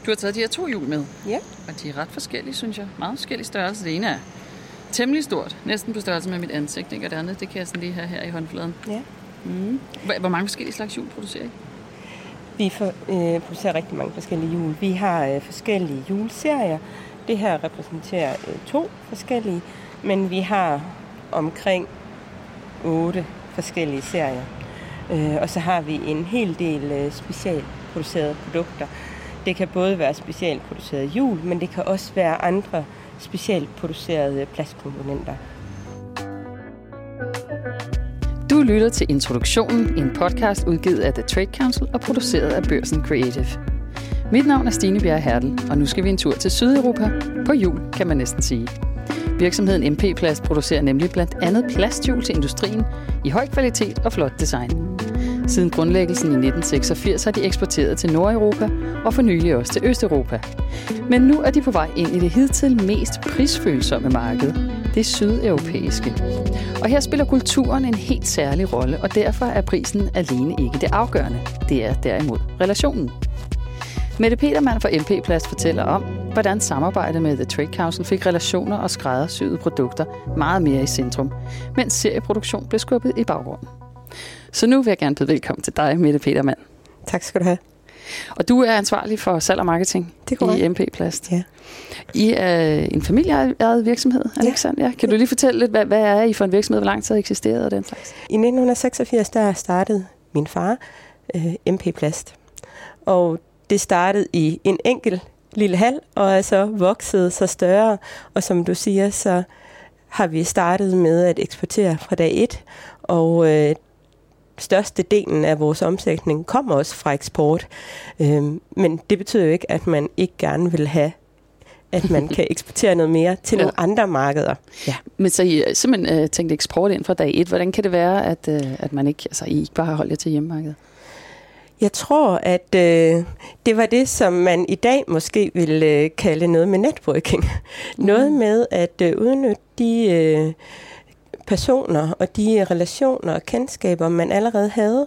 Du har taget de her 2 hjul med. Ja. Og de er ret forskellige, synes jeg. Meget forskellige størrelser. Det ene er temmelig stort. Næsten på størrelse med mit ansigt. Ikke? Og det andet, det kan jeg sådan lige have her i håndfladen. Ja. Hvor mange forskellige slags hjul producerer I? Vi producerer rigtig mange forskellige hjul. Vi har forskellige hjulserier. Det her repræsenterer 2 forskellige, men vi har omkring 8 forskellige serier. Og så har vi en hel del specialproducerede produkter. Det kan både være specialproducerede hjul, men det kan også være andre specialproducerede plastkomponenter. Du lytter til Introduktionen, en podcast udgivet af The Trade Council og produceret af Børsen Creative. Mit navn er Stine Bjerre Hertel, og nu skal vi en tur til Sydeuropa. På hjul, kan man næsten sige. Virksomheden MP Plast producerer nemlig blandt andet plasthjul til industrien i høj kvalitet og flot design. Siden grundlæggelsen i 1986 har de eksporteret til Nordeuropa og for nylig også til Østeuropa. Men nu er de på vej ind i det hidtil mest prisfølsomme marked, det sydeuropæiske. Og her spiller kulturen en helt særlig rolle, og derfor er prisen alene ikke det afgørende. Det er derimod relationen. Mette Petermann fra MP Plast fortæller om, hvordan samarbejdet med The Trade Council fik relationer og skræddersyede produkter meget mere i centrum, mens serieproduktion blev skubbet i baggrunden. Så nu vil jeg gerne byde velkommen til dig, Mette Petermann. Tak skal du have. Og du er ansvarlig for salg og marketing i MP Plast. Ja. I er en familieejet virksomhed, Alexander. Ja. Kan du lige fortælle lidt, hvad er I for en virksomhed, hvor lang tid har eksisteret og den slags? I 1986 der startede min far MP Plast. Og det startede i en enkelt lille hal, og er så vokset så større. Og som du siger, så har vi startet med at eksportere fra dag 1. Og størstedelen af vores omsætning kommer også fra eksport. Men det betyder jo ikke, at man ikke gerne vil have, at man kan eksportere noget mere til nogle andre markeder. Ja. Men så I simpelthen tænkt eksport ind fra dag 1. Hvordan kan det være, at man ikke, altså I ikke bare har holdt jer til hjemmemarkedet? Jeg tror, at det var det, som man i dag måske vil kalde noget med networking. Noget med at udnytte de personer og de relationer og kendskaber, man allerede havde,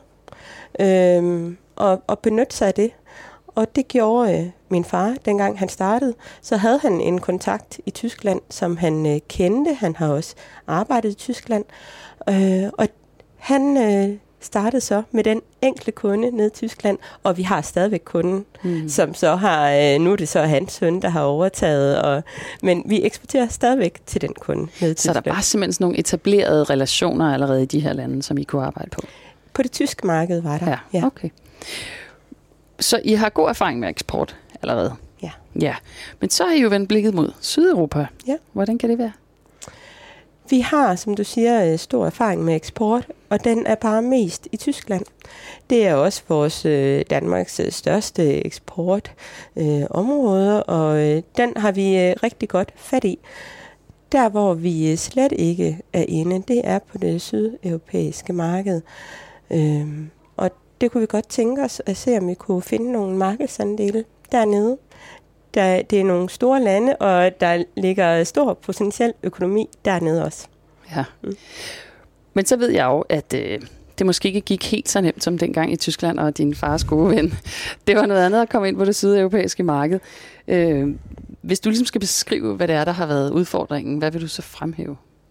og benytte sig af det. Og det gjorde min far, dengang han startede. Så havde han en kontakt i Tyskland, som han kendte. Han har også arbejdet i Tyskland. Og han startede så med den enkle kunde ned i Tyskland, og vi har stadigvæk kunden, som så har, nu er det så hans søn, der har overtaget, men vi eksporterer stadigvæk til den kunde ned i Tyskland. Så der var simpelthen sådan nogle etablerede relationer allerede i de her lande, som I kunne arbejde på? På det tyske marked var der, ja. Okay. Så I har god erfaring med eksport allerede? Ja. Men så har I jo vendt blikket mod Sydeuropa. Ja. Hvordan kan det være? Vi har, som du siger, stor erfaring med eksport, og den er bare mest i Tyskland. Det er også vores Danmarks største eksportområde, og den har vi rigtig godt fat i. Der, hvor vi slet ikke er inde, det er på det sydeuropæiske marked. Og det kunne vi godt tænke os at se, om vi kunne finde nogle markedsandele dernede. Det er nogle store lande, og der ligger stor potentiel økonomi dernede også. Ja. Men så ved jeg jo, at det måske ikke gik helt så nemt som dengang i Tyskland og din fars gode ven. Det var noget andet at komme ind på det sydeuropæiske marked. Hvis du ligesom skal beskrive, hvad det er, der har været udfordringen, hvad vil du så fremhæve?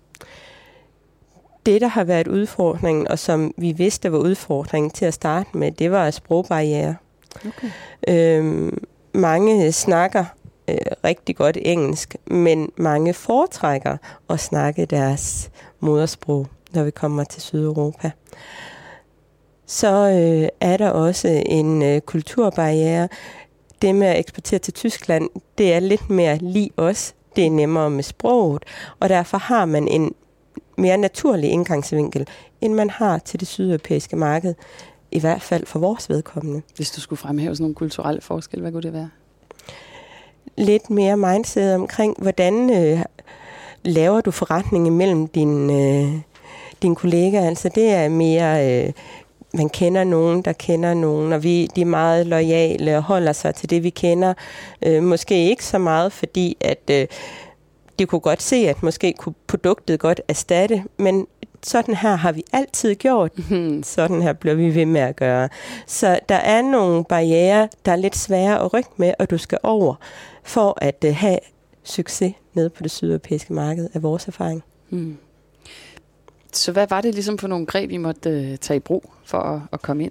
Det, der har været udfordringen, og som vi vidste var udfordringen til at starte med, det var sprogbarriere. Okay. Mange snakker rigtig godt engelsk, men mange foretrækker at snakke deres modersprog, når vi kommer til Sydeuropa. Så er der også en kulturbarriere. Det med at eksportere til Tyskland, det er lidt mere lige os. Det er nemmere med sproget, og derfor har man en mere naturlig indgangsvinkel, end man har til det sydeuropæiske marked. I hvert fald for vores vedkommende. Hvis du skulle fremhæve sådan nogle kulturelle forskelle, hvad kunne det være? Lidt mere mindset omkring, hvordan laver du forretning imellem dine kollegaer. Altså det er mere, man kender nogen, der kender nogen, og de er meget loyale og holder sig til det, vi kender. Måske ikke så meget, fordi at de kunne godt se, at måske kunne produktet godt erstatte, men sådan her har vi altid gjort. Sådan her bliver vi ved med at gøre. Så der er nogle barrierer, der er lidt svære at rykke med, og du skal over for at have succes nede på det sydeuropæiske marked, af vores erfaring. Så hvad var det ligesom for nogle greb, I måtte tage i brug for at komme ind?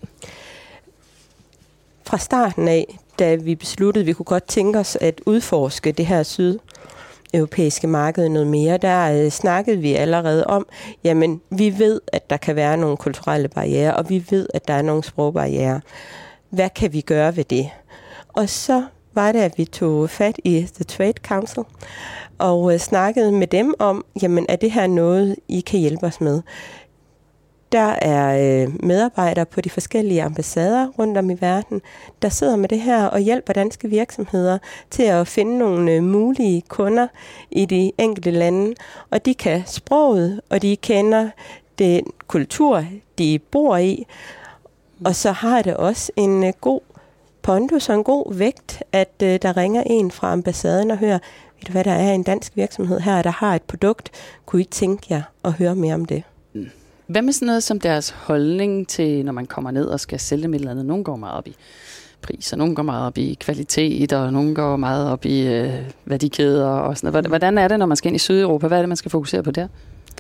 Fra starten af, da vi besluttede, at vi kunne godt tænke os at udforske det her sydeuropæiske marked noget mere, der snakkede vi allerede om, jamen vi ved, at der kan være nogle kulturelle barrierer, og vi ved, at der er nogle sprogbarrierer. Hvad kan vi gøre ved det? Og så var det, at vi tog fat i The Trade Council og snakkede med dem om, jamen er det her noget, I kan hjælpe os med? Der er medarbejdere på de forskellige ambassader rundt om i verden, der sidder med det her og hjælper danske virksomheder til at finde nogle mulige kunder i de enkelte lande. Og de kan sproget, og de kender den kultur, de bor i. Og så har det også en god pondus og en god vægt, at der ringer en fra ambassaden og hører, ved du hvad, der er en dansk virksomhed her, der har et produkt. Kunne I tænke jer at høre mere om det? Hvad med sådan noget som deres holdning til, når man kommer ned og skal sælge med et eller andet? Nogle går meget op i pris, og nogle går meget op i kvalitet, og nogle går meget op i værdikæder og sådan noget. Hvordan er det, når man skal ind i Sydeuropa? Hvad er det, man skal fokusere på der?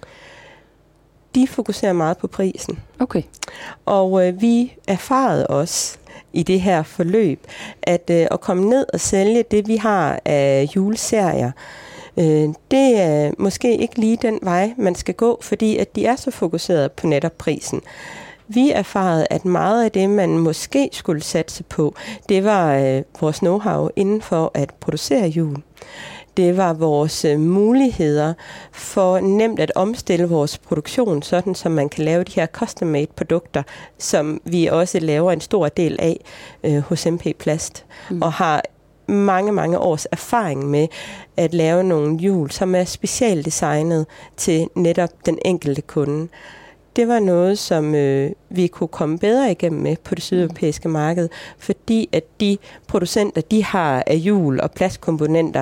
De fokuserer meget på prisen. Okay. Og vi erfarede også i det her forløb, at komme ned og sælge det, vi har af juleserier, det er måske ikke lige den vej, man skal gå, fordi at de er så fokuseret på netop prisen. Vi erfarede, at meget af det, man måske skulle satse på, det var vores know-how inden for at producere jul. Det var vores muligheder for nemt at omstille vores produktion, sådan som man kan lave de her custom-made produkter, som vi også laver en stor del af hos MP Plast, og har mange, mange års erfaring med at lave nogle hjul, som er specialdesignet til netop den enkelte kunde. Det var noget, som vi kunne komme bedre igennem med på det sydeuropæiske marked, fordi at de producenter, de har af hjul og plastkomponenter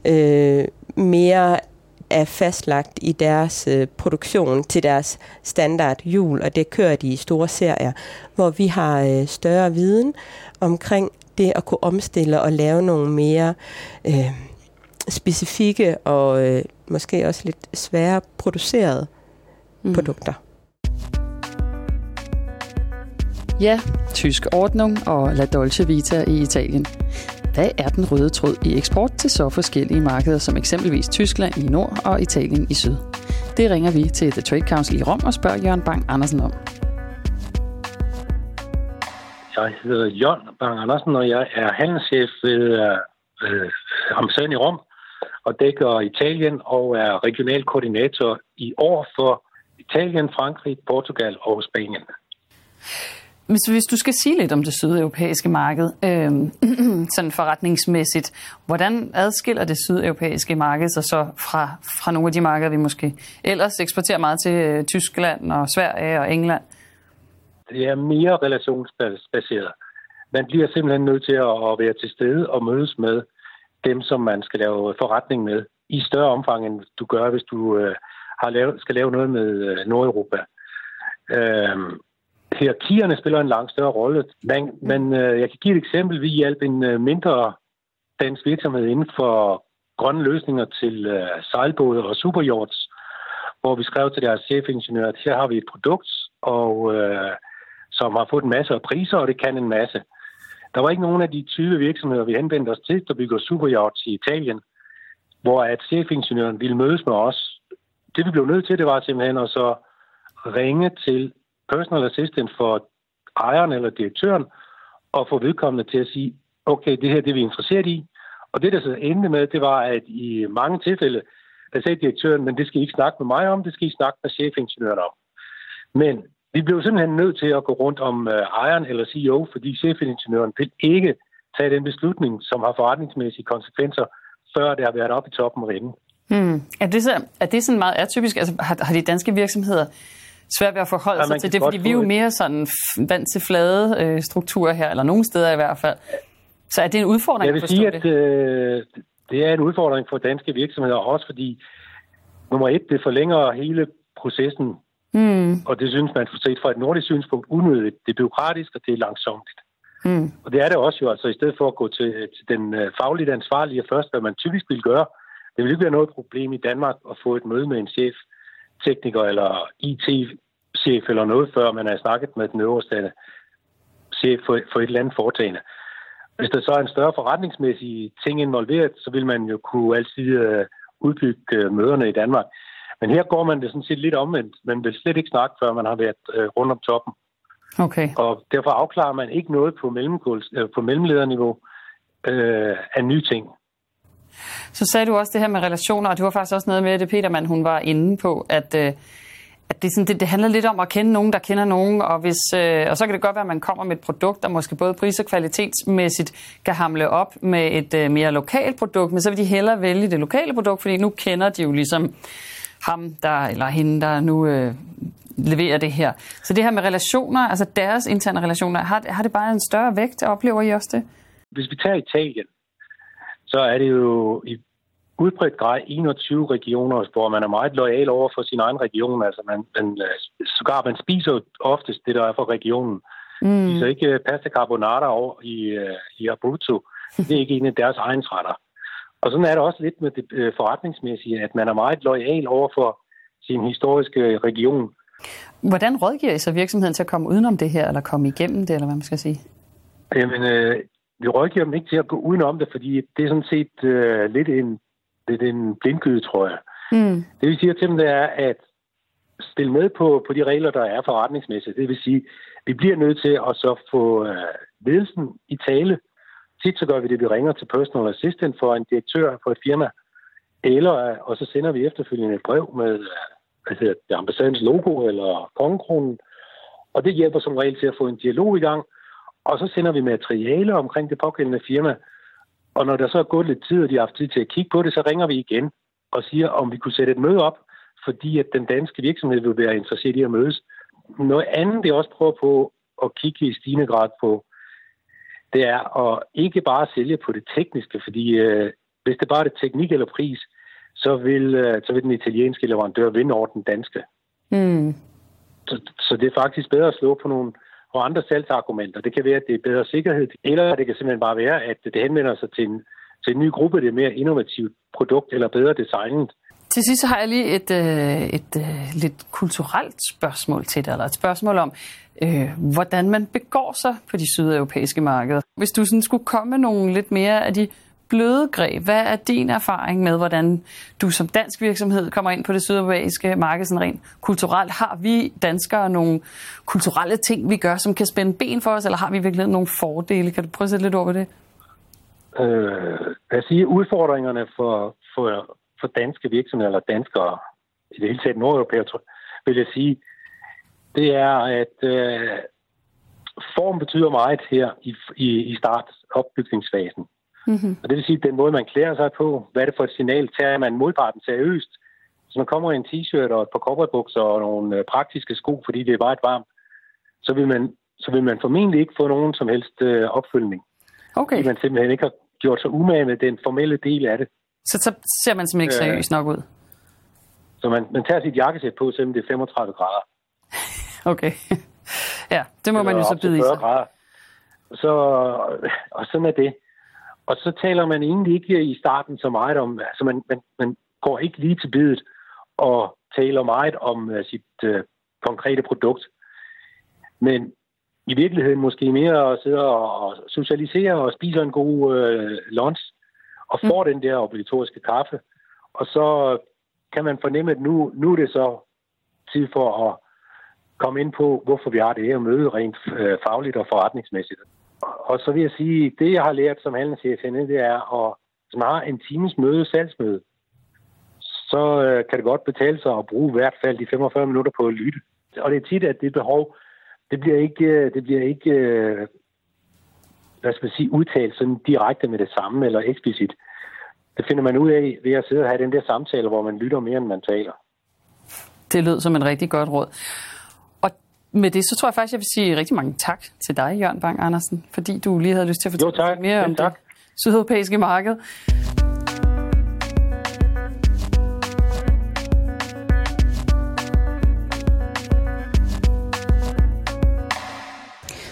mere er fastlagt i deres produktion til deres standard hjul, og det kører de i store serier, hvor vi har større viden omkring det at kunne omstille og lave nogle mere specifikke og måske også lidt svære producerede produkter. Ja, tysk ordning og La Dolce Vita i Italien. Hvad er den røde tråd i eksport til så forskellige markeder, som eksempelvis Tyskland i nord og Italien i syd? Det ringer vi til The Trade Council i Rom og spørger Jørgen Bang Andersen om. Jeg hedder Jørgen Bang Andersen, og jeg er handelschef ved ambassaden i Rom og dækker Italien og er regional koordinator i år for Italien, Frankrig, Portugal og Spanien. Hvis du skal sige lidt om det sydeuropæiske marked, sådan forretningsmæssigt, hvordan adskiller det sydeuropæiske marked sig så fra nogle af de markeder, vi måske ellers eksporterer meget til Tyskland og Sverige og England? Det er mere relationsbaseret. Man bliver simpelthen nødt til at være til stede og mødes med dem, som man skal lave forretning med, i større omfang, end du gør, hvis du skal lave noget med Nordeuropa. Hierarkierne spiller en langt større rolle, men jeg kan give et eksempel. Vi hjalp en mindre dansk virksomhed inden for grønne løsninger til sejlbåde og superyachts, hvor vi skrev til deres chefingeniør, at her har vi et produkt, og som har fået en masse af priser, og det kan en masse. Der var ikke nogen af de 20 virksomheder, vi henvendte os til, der bygger superyachts i Italien, hvor at chefingeniøren ville mødes med os. Det vi blev nødt til, det var simpelthen at så ringe til personal assistant for ejeren eller direktøren, og få vedkommende til at sige, okay, det her det er vi interesseret i. Og det, der så endte med, det var, at i mange tilfælde, der sagde direktøren, men det skal I ikke snakke med mig om, det skal I snakke med chefingeniøren om. Men vi blev simpelthen nødt til at gå rundt om ejeren eller CEO, fordi chefingeniøren vil ikke tage den beslutning, som har forretningsmæssige konsekvenser, før det har været oppe i toppen af rinden. Er det sådan meget atypisk? Altså, har de danske virksomheder svært ved at forholde sig til det, fordi vi er jo mere sådan vant til flade strukturer her, eller nogle steder i hvert fald. Så er det en udfordring at forstå det? Jeg vil sige, Det er en udfordring for danske virksomheder, også fordi, nummer 1, det forlænger hele processen, og det synes man set fra et nordisk synspunkt unødigt. Det er bureaukratisk, og det er langsomt. Og det er det også jo, altså i stedet for at gå til den fagligt ansvarlige først, hvad man typisk vil gøre. Det vil ikke være noget problem i Danmark at få et møde med en chef, tekniker eller IT-chef eller noget, før man har snakket med den øverste chef for et eller andet foretagende. Hvis der så er en større forretningsmæssig ting involveret, så vil man jo kunne altid udbygge møderne i Danmark. Men her går man det sådan set lidt omvendt. Man vil slet ikke snakke, før man har været rundt om toppen. Okay. Og derfor afklarer man ikke noget på mellemlederniveau af nye ting. Så sagde du også det her med relationer, og det var faktisk også noget med, at det Petermann, hun var inde på, at det, sådan, det handler lidt om at kende nogen, der kender nogen, og så kan det godt være, at man kommer med et produkt, der måske både pris- og kvalitetsmæssigt kan hamle op med et mere lokalt produkt, men så vil de hellere vælge det lokale produkt, fordi nu kender de jo ligesom ham der, eller hende, der nu leverer det her. Så det her med relationer, altså deres interne relationer, har det bare en større vægt, oplever I også det? Hvis vi tager Italien, så er det jo i udbredt grad 21 regioner, hvor man er meget loyal over for sin egen region. Altså man spiser oftest det, der er for regionen. Så ikke pasta carbonara over i Abruzzo. Det er ikke en af deres egensretter. Og sådan er det også lidt med det forretningsmæssige, at man er meget loyal over for sin historiske region. Hvordan rådgiver I så virksomheden til at komme udenom det her, eller komme igennem det, eller hvad man skal sige? Jamen, vi rådgiver dem ikke til at gå udenom det, fordi det er sådan set lidt en blindgyde, tror jeg. Det vi siger til dem, det er at spille med på de regler, der er forretningsmæssigt. Det vil sige, vi bliver nødt til at så få ledelsen i tale. Tit så gør vi det, vi ringer til personal assistant for en direktør for et firma, og så sender vi efterfølgende et brev med ambassadens logo eller kongekronen, og det hjælper som regel til at få en dialog i gang, og så sender vi materiale omkring det pågældende firma, og når der så er gået lidt tid, og de har haft tid til at kigge på det, så ringer vi igen og siger, om vi kunne sætte et møde op, fordi at den danske virksomhed vil være interesseret i at mødes. Noget andet, det også prøver på at kigge i stigende grad på, det er at ikke bare sælge på det tekniske, fordi hvis det bare er det teknik eller pris, så vil den italienske leverandør vinde over den danske. Så det er faktisk bedre at slå på nogle andre salgsargumenter. Det kan være, at det er bedre sikkerhed, eller det kan simpelthen bare være, at det henvender sig til en ny gruppe, det er mere innovativt produkt eller bedre designet. Til sidst så har jeg lige et lidt kulturelt spørgsmål til dig, eller et spørgsmål om, hvordan man begår sig på de sydeuropæiske markeder. Hvis du sådan skulle komme med nogle lidt mere af de bløde greb, hvad er din erfaring med, hvordan du som dansk virksomhed kommer ind på det sydeuropæiske marked sådan rent kulturelt? Har vi danskere nogle kulturelle ting, vi gør, som kan spænde ben for os, eller har vi virkelig nogle fordele? Kan du prøve at sætte lidt ord på det? Jeg siger, udfordringerne for danske virksomheder, eller danskere, i det hele taget nordeuropæere, vil jeg sige, det er, at form betyder meget her i opbygningsfasen. Og det vil sige, den måde, man klæder sig på, hvad er det for et signal, tager man modparten seriøst. Hvis man kommer i en t-shirt og et par cowboybukser og nogle praktiske sko, fordi det er bare et varmt, så vil man formentlig ikke få nogen som helst opfølgning. Okay. Fordi man simpelthen ikke har gjort sig umage med den formelle del af det. Så ser man simpelthen ikke seriøst nok ud? Så man tager sit jakkesæt på, selvom det er 35 grader. Okay. Ja, det må man jo så bide i sig. Og sådan er det. Og så taler man egentlig ikke i starten så meget om, altså man går ikke lige til bidet og taler meget om sit konkrete produkt. Men i virkeligheden måske mere at sidde og socialisere og spise en god lunch og får den der obligatoriske kaffe. Og så kan man fornemme, at nu er det så tid for at komme ind på, hvorfor vi har det her møde rent fagligt og forretningsmæssigt. Og så vil jeg sige, det jeg har lært som handelschef henne, det er, at hvis man har en times møde, salgsmøde, så kan det godt betale sig at bruge i hvert fald de 45 minutter på at lytte. Og det er tit, at det behov, det bliver ikke hvad skal man sige, udtalt sådan direkte med det samme eller eksplicit. Det finder man ud af ved at sidde og have den der samtale, hvor man lytter mere, end man taler. Det lød som en rigtig godt råd. Med det, så tror jeg faktisk, jeg vil sige rigtig mange tak til dig, Jørgen Bang Andersen, fordi du lige havde lyst til at fortælle mere om det sydeuropæiske marked.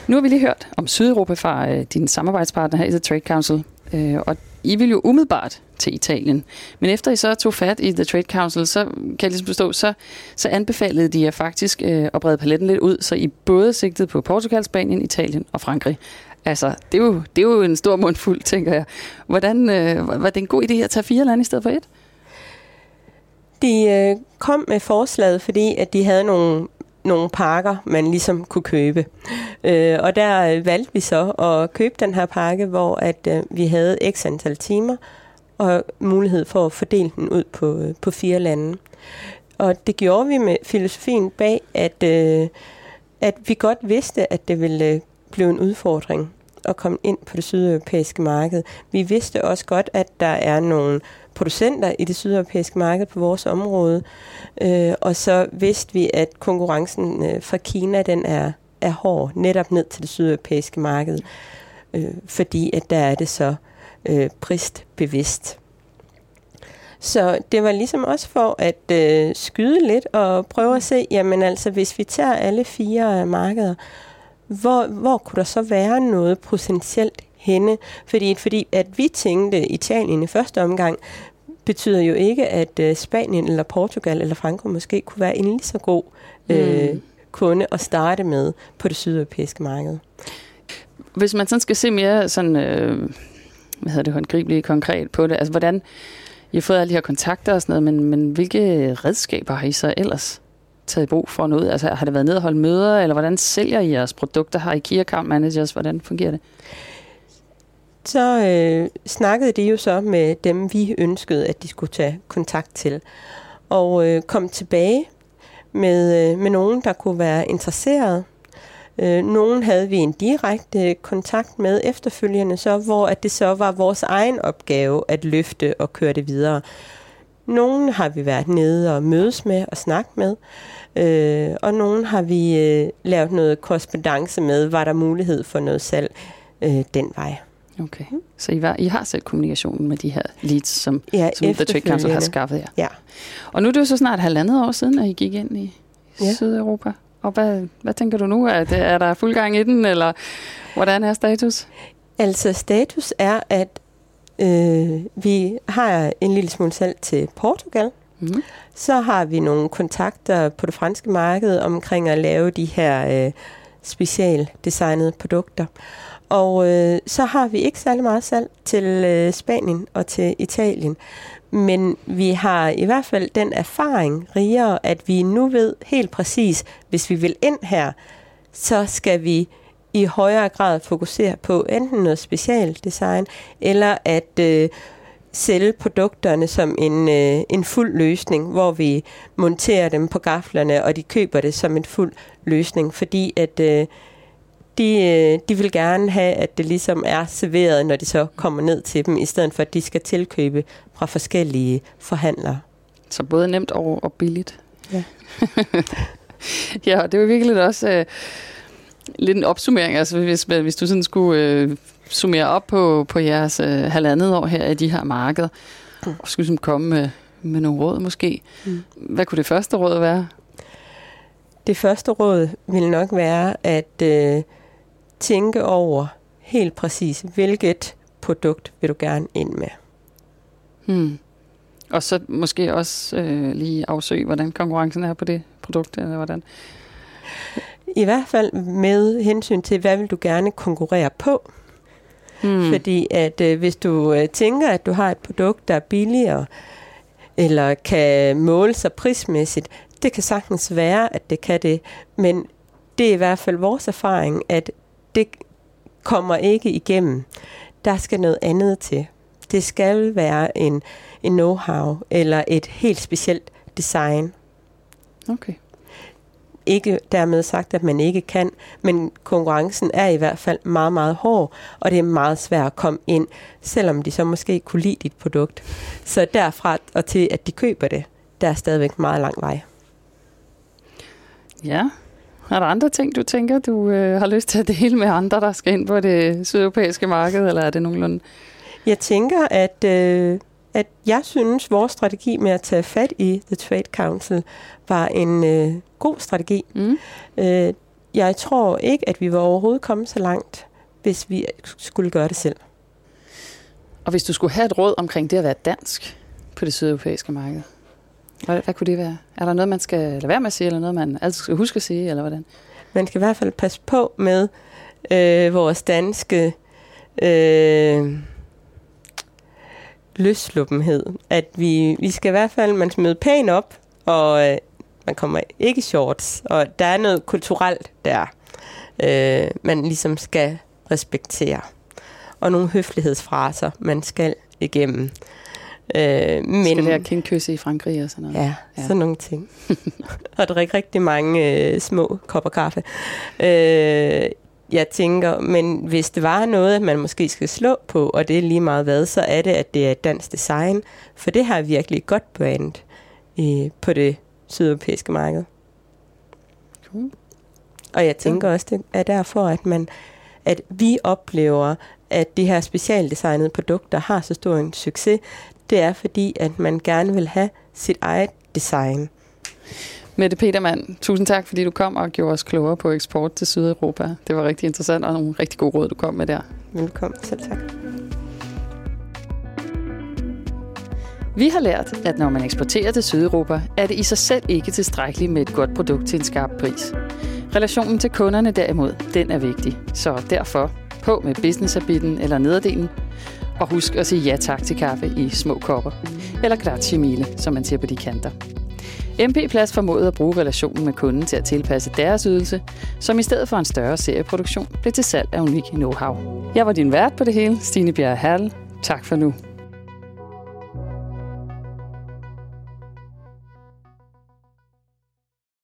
Nu har vi lige hørt om Sydeuropa fra din samarbejdspartner her i The Trade Council, og I vil jo umiddelbart til Italien. Men efter I så tog fat i The Trade Council, så kan jeg ligesom forstå, så anbefalede de jer faktisk at brede paletten lidt ud, så I både sigtede på Portugal, Spanien, Italien og Frankrig. Altså, det er jo en stor mundfuld, tænker jeg. Hvordan var det en god idé at tage 4 lande i stedet for 1? De kom med forslaget, fordi at de havde nogle pakker, man ligesom kunne købe. Og der valgte vi så at købe den her pakke, hvor at vi havde x antal timer og mulighed for at fordele den ud på 4 lande. Og det gjorde vi med filosofien bag, at vi godt vidste, at det ville blive en udfordring at komme ind på det sydeuropæiske marked. Vi vidste også godt, at der er nogle producenter i det sydeuropæiske marked på vores område, og så vidste vi, at konkurrencen fra Kina, den er hård, netop ned til det sydeuropæiske marked, fordi at der er det så prisbevidst. Så det var ligesom også for at skyde lidt og prøve at se, jamen altså, hvis vi tager alle 4 markeder, hvor kunne der så være noget potentielt henne? Fordi at vi tænkte Italien i første omgang, betyder jo ikke, at Spanien eller Portugal eller Frankrig måske kunne være en lige så god kunde at starte med på det sydeuropæiske marked. Hvis man sådan skal se mere sådan, håndgribeligt konkret på det, altså hvordan I har fået alle de her kontakter og sådan noget, men hvilke redskaber har I så ellers taget i brug for noget? Altså har det været ned og holde møder, eller hvordan sælger I jeres produkter? Har I key account managers? Hvordan fungerer det? Så snakkede de jo så med dem, vi ønskede, at de skulle tage kontakt til. Og kom tilbage med nogen, der kunne være interesseret. Nogen havde vi en direkte kontakt med efterfølgende, så, hvor at det så var vores egen opgave at løfte og køre det videre. Nogen har vi været nede og mødes med og snakke med, og nogen har vi lavet noget korrespondance med, var der mulighed for noget salg den vej. Okay, så I har selv kommunikationen med de her leads, som The Trade Council har skaffet jer. Ja. Og nu er det jo så snart 1,5 år siden, at I gik ind i Sydeuropa. Og hvad tænker du nu? Er der fuld gang i den, eller hvordan er status? Altså status er, at vi har en lille smule salg til Portugal. Mm. Så har vi nogle kontakter på det franske marked omkring at lave de her specialdesignede produkter. Og så har vi ikke særlig meget salg til Spanien og til Italien. Men vi har i hvert fald den erfaring rigere, at vi nu ved helt præcis, hvis vi vil ind her, så skal vi i højere grad fokusere på enten noget specialdesign, eller at sælge produkterne som en fuld løsning, hvor vi monterer dem på gaflerne, og de køber det som en fuld løsning, fordi at de vil gerne have, at det ligesom er serveret, når de så kommer ned til dem, i stedet for at de skal tilkøbe fra forskellige forhandlere. Så både nemt og billigt. Ja. Ja, og det er jo virkelig også lidt en opsummering. Altså hvis du sådan skulle summere op på jeres 1,5 år her i de her markeder, og skulle ligesom komme med nogle råd måske. Hvad kunne det første råd være? Det første råd ville nok være at tænke over helt præcis, hvilket produkt vil du gerne ind med. Og så måske også lige afsøge, hvordan konkurrencen er på det produkt, eller hvordan? I hvert fald med hensyn til, hvad vil du gerne konkurrere på? Fordi at hvis du tænker, at du har et produkt, der er billigere, eller kan måle sig prismæssigt, det kan sagtens være, at det kan det, men det er i hvert fald vores erfaring, at det kommer ikke igennem. Der skal noget andet til. Det skal være en know-how eller et helt specielt design. Okay. Ikke dermed sagt, at man ikke kan, men konkurrencen er i hvert fald meget, meget hård, og det er meget svært at komme ind, selvom de så måske kunne lide dit produkt. Så derfra og til, at de køber det, der er stadigvæk meget lang vej. Ja. Er der andre ting, du tænker, du har lyst til at dele med andre, der skal ind på det sydeuropæiske marked, eller er det nogenlunde? Jeg tænker, at jeg synes, vores strategi med at tage fat i The Trade Council var en god strategi. jeg tror ikke, at vi var overhovedet kommet så langt, hvis vi skulle gøre det selv. Og hvis du skulle have et råd omkring det at være dansk på det sydeuropæiske marked, hvad kunne det være? Er der noget, man skal lade være med at sige, eller noget, man altid skal huske at sige, eller hvordan? Man skal i hvert fald passe på med vores danske løsluppenhed. At vi skal i hvert fald, man skal møde pænt op, og man kommer ikke i shorts, og der er noget kulturelt der, man ligesom skal respektere. Og nogle høflighedsfraser, man skal igennem. Men skal lære kindkysse i Frankrig og sådan noget. Ja, sådan nogle ting. Og drikke rigtig mange små kopper kaffe. Jeg tænker, men hvis det var noget, at man måske skal slå på, og det er lige meget hvad, så er det, at det er dansk design. For det har virkelig et godt brand på det sydeuropæiske marked. Cool. Og jeg tænker også, det er derfor, at vi oplever, at de her specialdesignede produkter har så stor en succes. Det er fordi, at man gerne vil have sit eget design. Mette Petermann, tusind tak, fordi du kom og gjorde os klogere på eksport til Sydeuropa. Det var rigtig interessant, og nogle rigtig gode råd, du kom med der. Velkommen, selv tak. Vi har lært, at når man eksporterer til Sydeuropa, er det i sig selv ikke tilstrækkeligt med et godt produkt til en skarp pris. Relationen til kunderne derimod, den er vigtig. Så derfor, på med business-habitten eller nederdelen, og husk at sige ja tak til kaffe i små kopper. Eller grazie mille, som man siger på de kanter. MP Plast formåede at bruge relationen med kunden til at tilpasse deres ydelse, som i stedet for en større serieproduktion blev til salg af unik know-how. Jeg var din vært på det hele, Stine Bjerre Hertel. Tak for nu.